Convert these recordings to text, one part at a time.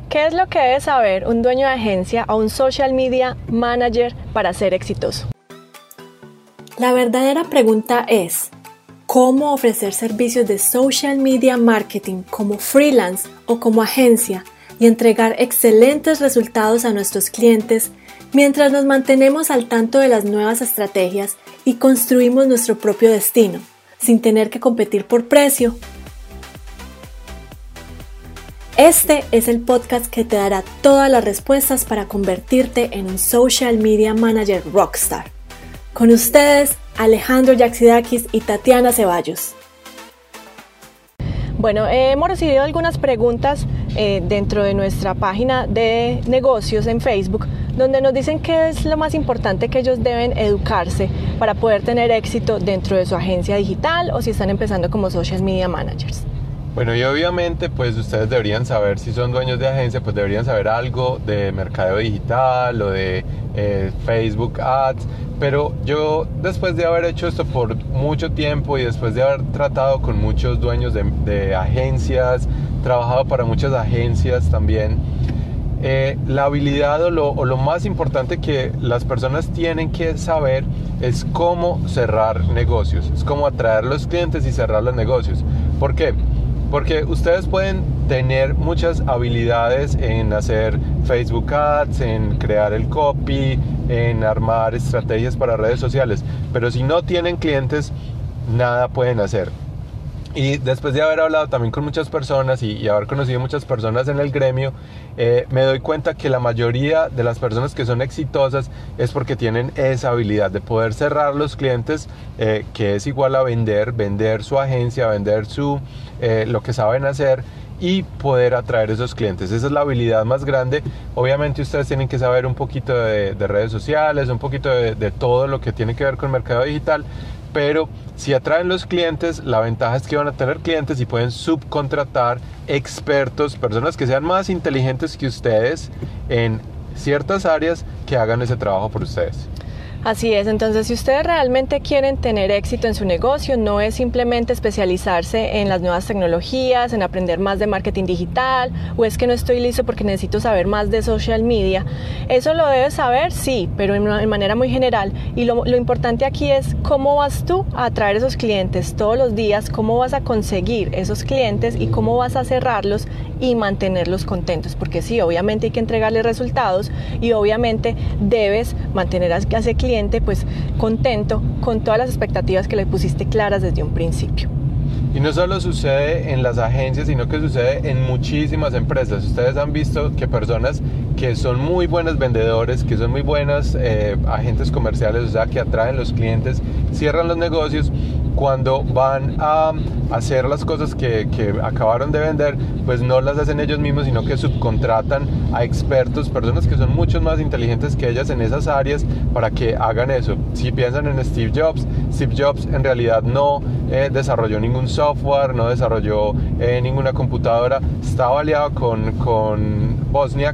¿Qué es lo que debe saber un dueño de agencia o un social media manager para ser exitoso? La verdadera pregunta es, ¿cómo ofrecer servicios de social media marketing como freelance o como agencia y entregar excelentes resultados a nuestros clientes mientras nos mantenemos al tanto de las nuevas estrategias y construimos nuestro propio destino, sin tener que competir por precio? Este es el podcast que te dará todas las respuestas para convertirte en un social media manager rockstar. Con ustedes, Alejandro Yaxidakis y Tatiana Ceballos. Bueno, hemos recibido algunas preguntas dentro de nuestra página de negocios en Facebook, donde nos dicen qué es lo más importante que ellos deben educarse para poder tener éxito dentro de su agencia digital o si están empezando como social media managers. Bueno, y obviamente pues ustedes deberían saber, si son dueños de agencia, pues deberían saber algo de mercadeo digital o de Facebook Ads, pero yo después de haber hecho esto por mucho tiempo y después de haber tratado con muchos dueños de agencias, trabajado para muchas agencias también, la habilidad o lo más importante que las personas tienen que saber es cómo cerrar negocios, es cómo atraer los clientes y cerrar los negocios. ¿Por qué? Porque ustedes pueden tener muchas habilidades en hacer Facebook Ads, en crear el copy, en armar estrategias para redes sociales, pero si no tienen clientes, nada pueden hacer. Y después de haber hablado también con muchas personas y haber conocido muchas personas en el gremio, me doy cuenta que la mayoría de las personas que son exitosas es porque tienen esa habilidad de poder cerrar los clientes, que es igual a vender su agencia, vender lo que saben hacer y poder atraer esos clientes. Esa es la habilidad más grande. Obviamente ustedes tienen que saber un poquito de redes sociales, un poquito de todo lo que tiene que ver con mercado digital, pero si atraen los clientes, la ventaja es que van a tener clientes y pueden subcontratar expertos, personas que sean más inteligentes que ustedes en ciertas áreas que hagan ese trabajo por ustedes. Así es, entonces si ustedes realmente quieren tener éxito en su negocio, no es simplemente especializarse en las nuevas tecnologías, en aprender más de marketing digital, o es que no estoy listo porque necesito saber más de social media. Eso lo debes saber, sí, pero en manera muy general. Y lo importante aquí es cómo vas tú a atraer esos clientes todos los días, cómo vas a conseguir esos clientes y cómo vas a cerrarlos y mantenerlos contentos. Porque sí, obviamente hay que entregarles resultados y obviamente debes mantener a ese cliente pues contento con todas las expectativas que le pusiste claras desde un principio. Y no solo sucede en las agencias, sino que sucede en muchísimas empresas. Ustedes han visto que personas que son muy buenos vendedores, que son muy buenas agentes comerciales, o sea, que atraen los clientes, cierran los negocios, cuando van a hacer las cosas que acabaron de vender, pues no las hacen ellos mismos, sino que subcontratan a expertos, personas que son mucho más inteligentes que ellas en esas áreas para que hagan eso. Si piensan en Steve Jobs en realidad no desarrolló ningún software, no desarrolló ninguna computadora, estaba aliado con Wozniak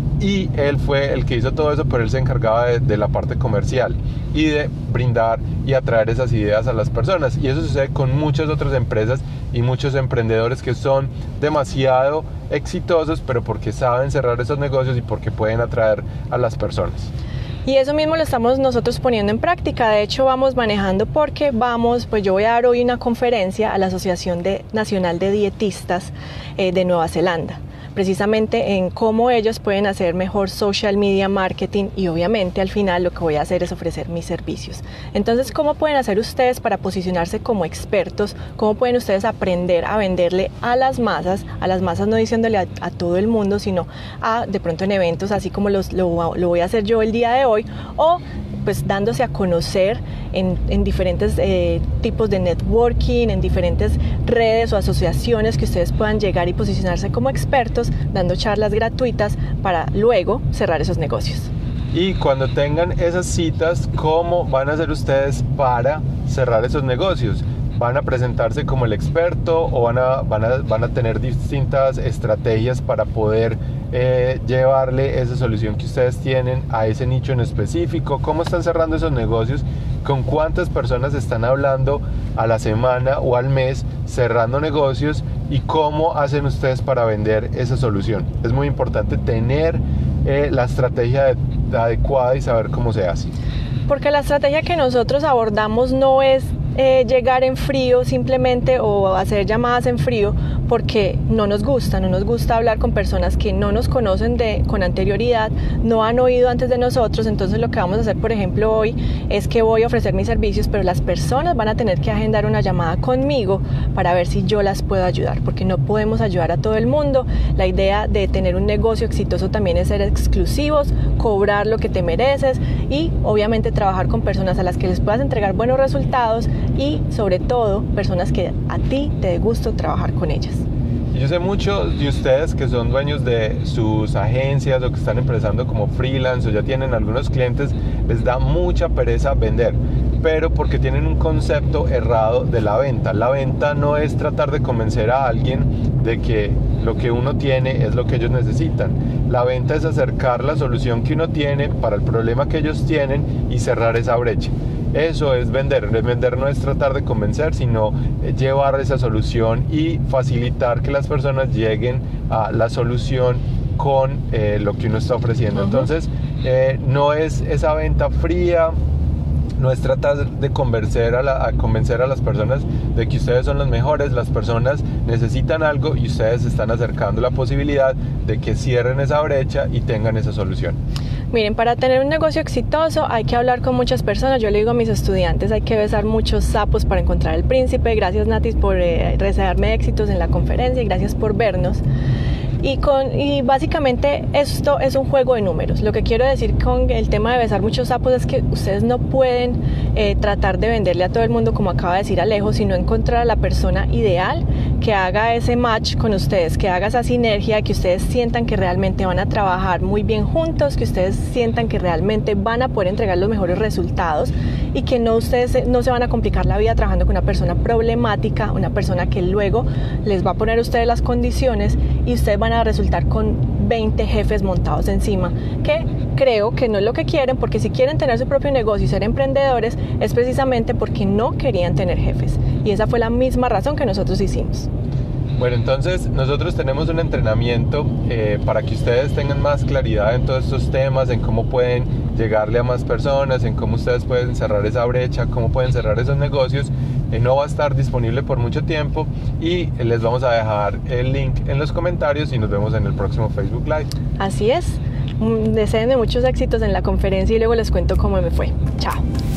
y él fue el que hizo todo eso, pero él se encargaba de la parte comercial y de brindar y atraer esas ideas a las personas. Y eso sucede con muchas otras empresas y muchos emprendedores que son demasiado exitosos, pero porque saben cerrar esos negocios y porque pueden atraer a las personas. Y eso mismo lo estamos nosotros poniendo en práctica. De hecho, vamos manejando porque pues yo voy a dar hoy una conferencia a la Asociación Nacional de Dietistas de Nueva Zelanda, precisamente en cómo ellos pueden hacer mejor social media marketing y obviamente al final lo que voy a hacer es ofrecer mis servicios. Entonces, ¿cómo pueden hacer ustedes para posicionarse como expertos? ¿Cómo pueden ustedes aprender a venderle a las masas no diciéndole a todo el mundo, sino de pronto en eventos así como lo voy a hacer yo el día de hoy, o pues dándose a conocer en diferentes tipos de networking, en diferentes redes o asociaciones que ustedes puedan llegar y posicionarse como expertos, dando charlas gratuitas para luego cerrar esos negocios. Y cuando tengan esas citas, ¿cómo van a hacer ustedes para cerrar esos negocios? ¿Van a presentarse como el experto o van a tener distintas estrategias para poder llevarle esa solución que ustedes tienen a ese nicho en específico? ¿Cómo están cerrando esos negocios? ¿Con cuántas personas están hablando a la semana o al mes cerrando negocios? y cómo hacen ustedes para vender esa solución. Es muy importante tener la estrategia adecuada y saber cómo se hace. Porque la estrategia que nosotros abordamos no es llegar en frío simplemente o hacer llamadas en frío, porque no nos gusta hablar con personas que no nos conocen con anterioridad, no han oído antes de nosotros. Entonces lo que vamos a hacer, por ejemplo, hoy es que voy a ofrecer mis servicios, pero las personas van a tener que agendar una llamada conmigo para ver si yo las puedo ayudar, porque no podemos ayudar a todo el mundo. La idea de tener un negocio exitoso también es ser exclusivos, cobrar lo que te mereces y obviamente trabajar con personas a las que les puedas entregar buenos resultados y sobre todo personas que a ti te dé gusto trabajar con ellas. Yo sé muchos de ustedes que son dueños de sus agencias o que están empezando como freelance o ya tienen algunos clientes, les da mucha pereza vender, pero porque tienen un concepto errado de la venta. La venta no es tratar de convencer a alguien de que lo que uno tiene es lo que ellos necesitan. La venta es acercar la solución que uno tiene para el problema que ellos tienen y cerrar esa brecha. Eso es vender. Vender no es tratar de convencer, sino llevar esa solución y facilitar que las personas lleguen a la solución con lo que uno está ofreciendo. Entonces, no es esa venta fría, no es tratar de convencer a las personas de que ustedes son los mejores. Las personas necesitan algo y ustedes están acercando la posibilidad de que cierren esa brecha y tengan esa solución. Miren, para tener un negocio exitoso hay que hablar con muchas personas. Yo le digo a mis estudiantes, hay que besar muchos sapos para encontrar el príncipe. Gracias, Natis, por desearme éxitos en la conferencia y gracias por vernos. Y básicamente esto es un juego de números. Lo que quiero decir con el tema de besar muchos sapos es que ustedes no pueden tratar de venderle a todo el mundo, como acaba de decir Alejo, sino encontrar a la persona ideal que haga ese match con ustedes, que haga esa sinergia, que ustedes sientan que realmente van a trabajar muy bien juntos, que ustedes sientan que realmente van a poder entregar los mejores resultados y que ustedes no se van a complicar la vida trabajando con una persona problemática, una persona que luego les va a poner a ustedes las condiciones y ustedes van a resultar con 20 jefes montados encima, que creo que no es lo que quieren, porque si quieren tener su propio negocio y ser emprendedores es precisamente porque no querían tener jefes, y esa fue la misma razón que nosotros hicimos. Bueno, entonces nosotros tenemos un entrenamiento para que ustedes tengan más claridad en todos estos temas, en cómo pueden llegarle a más personas, en cómo ustedes pueden cerrar esa brecha, cómo pueden cerrar esos negocios. No va a estar disponible por mucho tiempo y les vamos a dejar el link en los comentarios y nos vemos en el próximo Facebook Live. Así es, deseenme muchos éxitos en la conferencia y luego les cuento cómo me fue. Chao.